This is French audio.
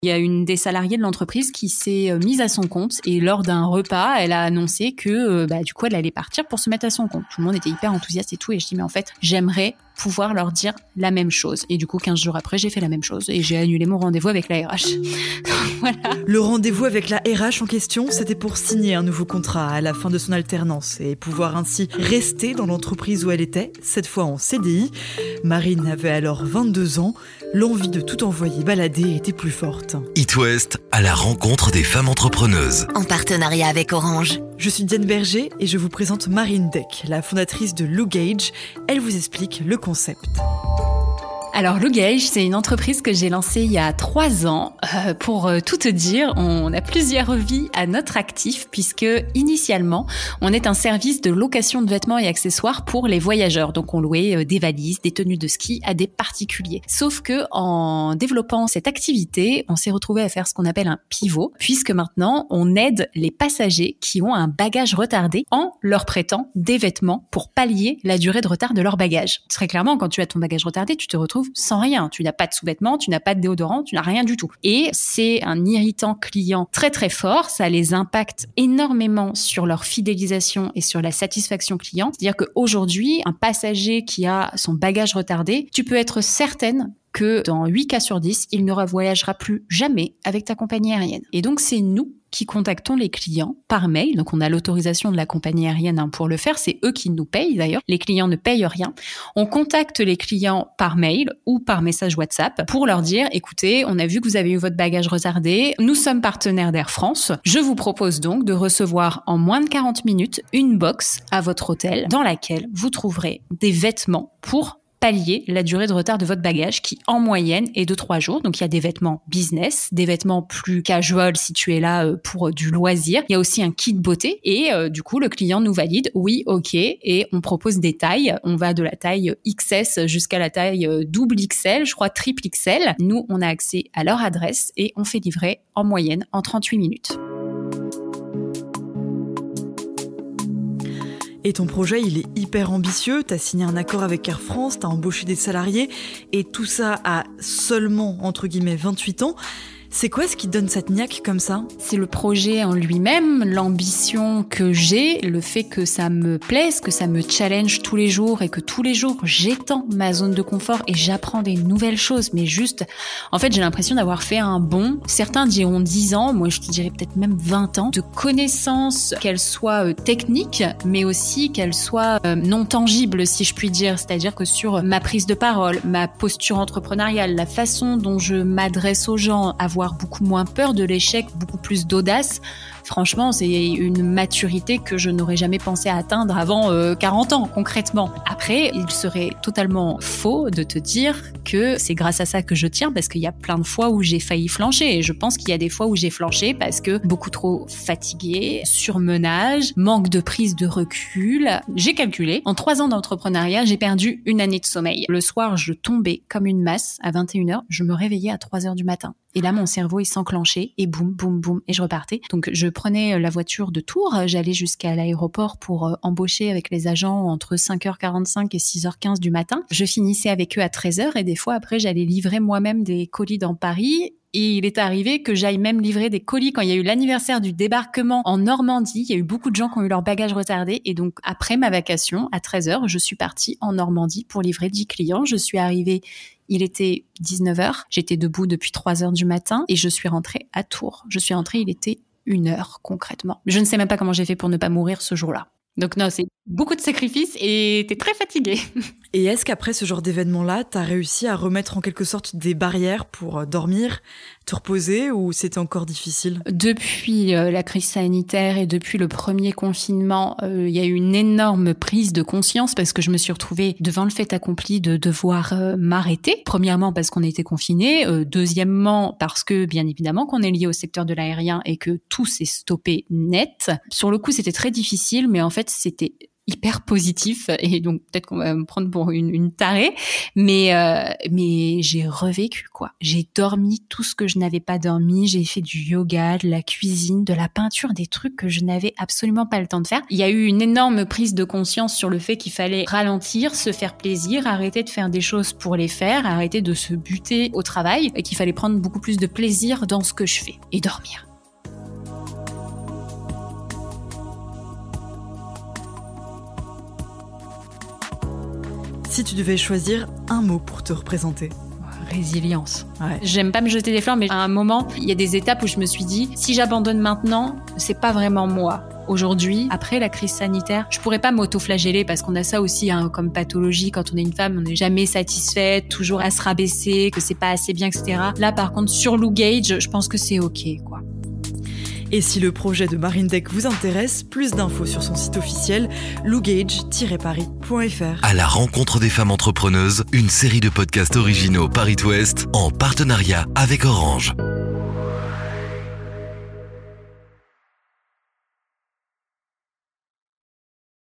Il y a une des salariées de l'entreprise qui s'est mise à son compte et lors d'un repas, elle a annoncé que du coup, elle allait partir pour se mettre à son compte. Tout le monde était hyper enthousiaste et tout. Et je dis, mais en fait, j'aimerais pouvoir leur dire la même chose. Et du coup, 15 jours après, j'ai fait la même chose et j'ai annulé mon rendez-vous avec la RH. Voilà. Le rendez-vous avec la RH en question, c'était pour signer un nouveau contrat à la fin de son alternance et pouvoir ainsi rester dans l'entreprise où elle était, cette fois en CDI. Marine avait alors 22 ans. L'envie de tout envoyer balader était plus forte. It West à la rencontre des femmes entrepreneuses. En partenariat avec Orange. Je suis Diane Berger et je vous présente Marine Deck, la fondatrice de Lougage. Elle vous explique le concept. Alors Lougage, c'est une entreprise que j'ai lancée il y a 3 ans. Pour tout te dire, on a plusieurs vies à notre actif puisque initialement, on est un service de location de vêtements et accessoires pour les voyageurs. Donc on louait des valises, des tenues de ski à des particuliers. Sauf que en développant cette activité, on s'est retrouvé à faire ce qu'on appelle un pivot puisque maintenant, on aide les passagers qui ont un bagage retardé en leur prêtant des vêtements pour pallier la durée de retard de leur bagage. Très clairement, quand tu as ton bagage retardé, tu te retrouves sans rien. Tu n'as pas de sous-vêtements, tu n'as pas de déodorant, tu n'as rien du tout. Et c'est un irritant client très très fort. Ça les impacte énormément sur leur fidélisation et sur la satisfaction client. C'est-à-dire qu'aujourd'hui, un passager qui a son bagage retardé, tu peux être certaine que dans 8 cas sur 10, il ne revoyagera plus jamais avec ta compagnie aérienne. Et donc, c'est nous qui contactons les clients par mail. Donc, on a l'autorisation de la compagnie aérienne pour le faire. C'est eux qui nous payent d'ailleurs. Les clients ne payent rien. On contacte les clients par mail ou par message WhatsApp pour leur dire, écoutez, on a vu que vous avez eu votre bagage retardé. Nous sommes partenaires d'Air France. Je vous propose donc de recevoir en moins de 40 minutes une box à votre hôtel dans laquelle vous trouverez des vêtements pour pallier la durée de retard de votre bagage qui, en moyenne, est de 3 jours. Donc, il y a des vêtements business, des vêtements plus casual si tu es là pour du loisir. Il y a aussi un kit beauté et du coup, le client nous valide, oui, ok, et on propose des tailles. On va de la taille XS jusqu'à la taille double XL, je crois triple XL. Nous, on a accès à leur adresse et on fait livrer en moyenne en 38 minutes. Et ton projet, il est hyper ambitieux. T'as signé un accord avec Air France, t'as embauché des salariés et tout ça à seulement, entre guillemets, 28 ans. C'est quoi ce qui te donne cette niaque comme ça ? C'est le projet en lui-même, l'ambition que j'ai, le fait que ça me plaise, que ça me challenge tous les jours et que tous les jours j'étends ma zone de confort et j'apprends des nouvelles choses. Mais juste, en fait, j'ai l'impression d'avoir fait un bond. Certains diront 10 ans, moi je te dirais peut-être même 20 ans de connaissances, qu'elles soient techniques, mais aussi qu'elles soient non tangibles, si je puis dire. C'est-à-dire que sur ma prise de parole, ma posture entrepreneuriale, la façon dont je m'adresse aux gens, avoir beaucoup moins peur de l'échec, beaucoup plus d'audace. Franchement, c'est une maturité que je n'aurais jamais pensé atteindre avant 40 ans, concrètement. Après, il serait totalement faux de te dire que c'est grâce à ça que je tiens, parce qu'il y a plein de fois où j'ai failli flancher. Et je pense qu'il y a des fois où j'ai flanché parce que beaucoup trop fatiguée, surmenage, manque de prise de recul. J'ai calculé, en 3 ans d'entrepreneuriat, j'ai perdu 1 année de sommeil. Le soir, je tombais comme une masse à 21h, je me réveillais à 3h du matin. Et là, mon cerveau, il s'enclenchait et boum, boum, boum, et je repartais. Donc, je prenais la voiture de Tours, j'allais jusqu'à l'aéroport pour embaucher avec les agents entre 5h45 et 6h15 du matin. Je finissais avec eux à 13h et des fois, après, j'allais livrer moi-même des colis dans Paris. Et il est arrivé que j'aille même livrer des colis quand il y a eu l'anniversaire du débarquement en Normandie. Il y a eu beaucoup de gens qui ont eu leur bagage retardé. Et donc, après ma vacation, à 13h, je suis partie en Normandie pour livrer 10 clients. Je suis arrivée, il était 19h. J'étais debout depuis 3h du matin et je suis rentrée à Tours. Je suis rentrée, il était 1h concrètement. Je ne sais même pas comment j'ai fait pour ne pas mourir ce jour-là. Donc non, c'est beaucoup de sacrifices et t'es très fatiguée. Et est-ce qu'après ce genre d'événement-là, t'as réussi à remettre en quelque sorte des barrières pour dormir, te reposer, ou c'était encore difficile ? Depuis la crise sanitaire et depuis le premier confinement, il y a eu une énorme prise de conscience parce que je me suis retrouvée devant le fait accompli de devoir m'arrêter. Premièrement parce qu'on était confinés, deuxièmement parce que bien évidemment qu'on est lié au secteur de l'aérien et que tout s'est stoppé net. Sur le coup, c'était très difficile, mais en fait, c'était hyper positif et donc peut-être qu'on va me prendre pour une tarée, mais j'ai revécu quoi. J'ai dormi tout ce que je n'avais pas dormi, j'ai fait du yoga, de la cuisine, de la peinture, des trucs que je n'avais absolument pas le temps de faire. Il y a eu une énorme prise de conscience sur le fait qu'il fallait ralentir, se faire plaisir, arrêter de faire des choses pour les faire, arrêter de se buter au travail et qu'il fallait prendre beaucoup plus de plaisir dans ce que je fais et dormir. Si tu devais choisir un mot pour te représenter? Résilience. Ouais. J'aime pas me jeter des fleurs, mais à un moment, il y a des étapes où je me suis dit, si j'abandonne maintenant, c'est pas vraiment moi. Aujourd'hui, après la crise sanitaire, je pourrais pas m'auto-flageller parce qu'on a ça aussi comme pathologie. Quand on est une femme, on n'est jamais satisfaite, toujours à se rabaisser, que c'est pas assez bien, etc. Là, par contre, sur Lou Gage, je pense que c'est OK, quoi. Et si le projet de Marine Deck vous intéresse, plus d'infos sur son site officiel lougage-paris.fr. À la rencontre des femmes entrepreneuses, une série de podcasts originaux Paris Ouest en partenariat avec Orange.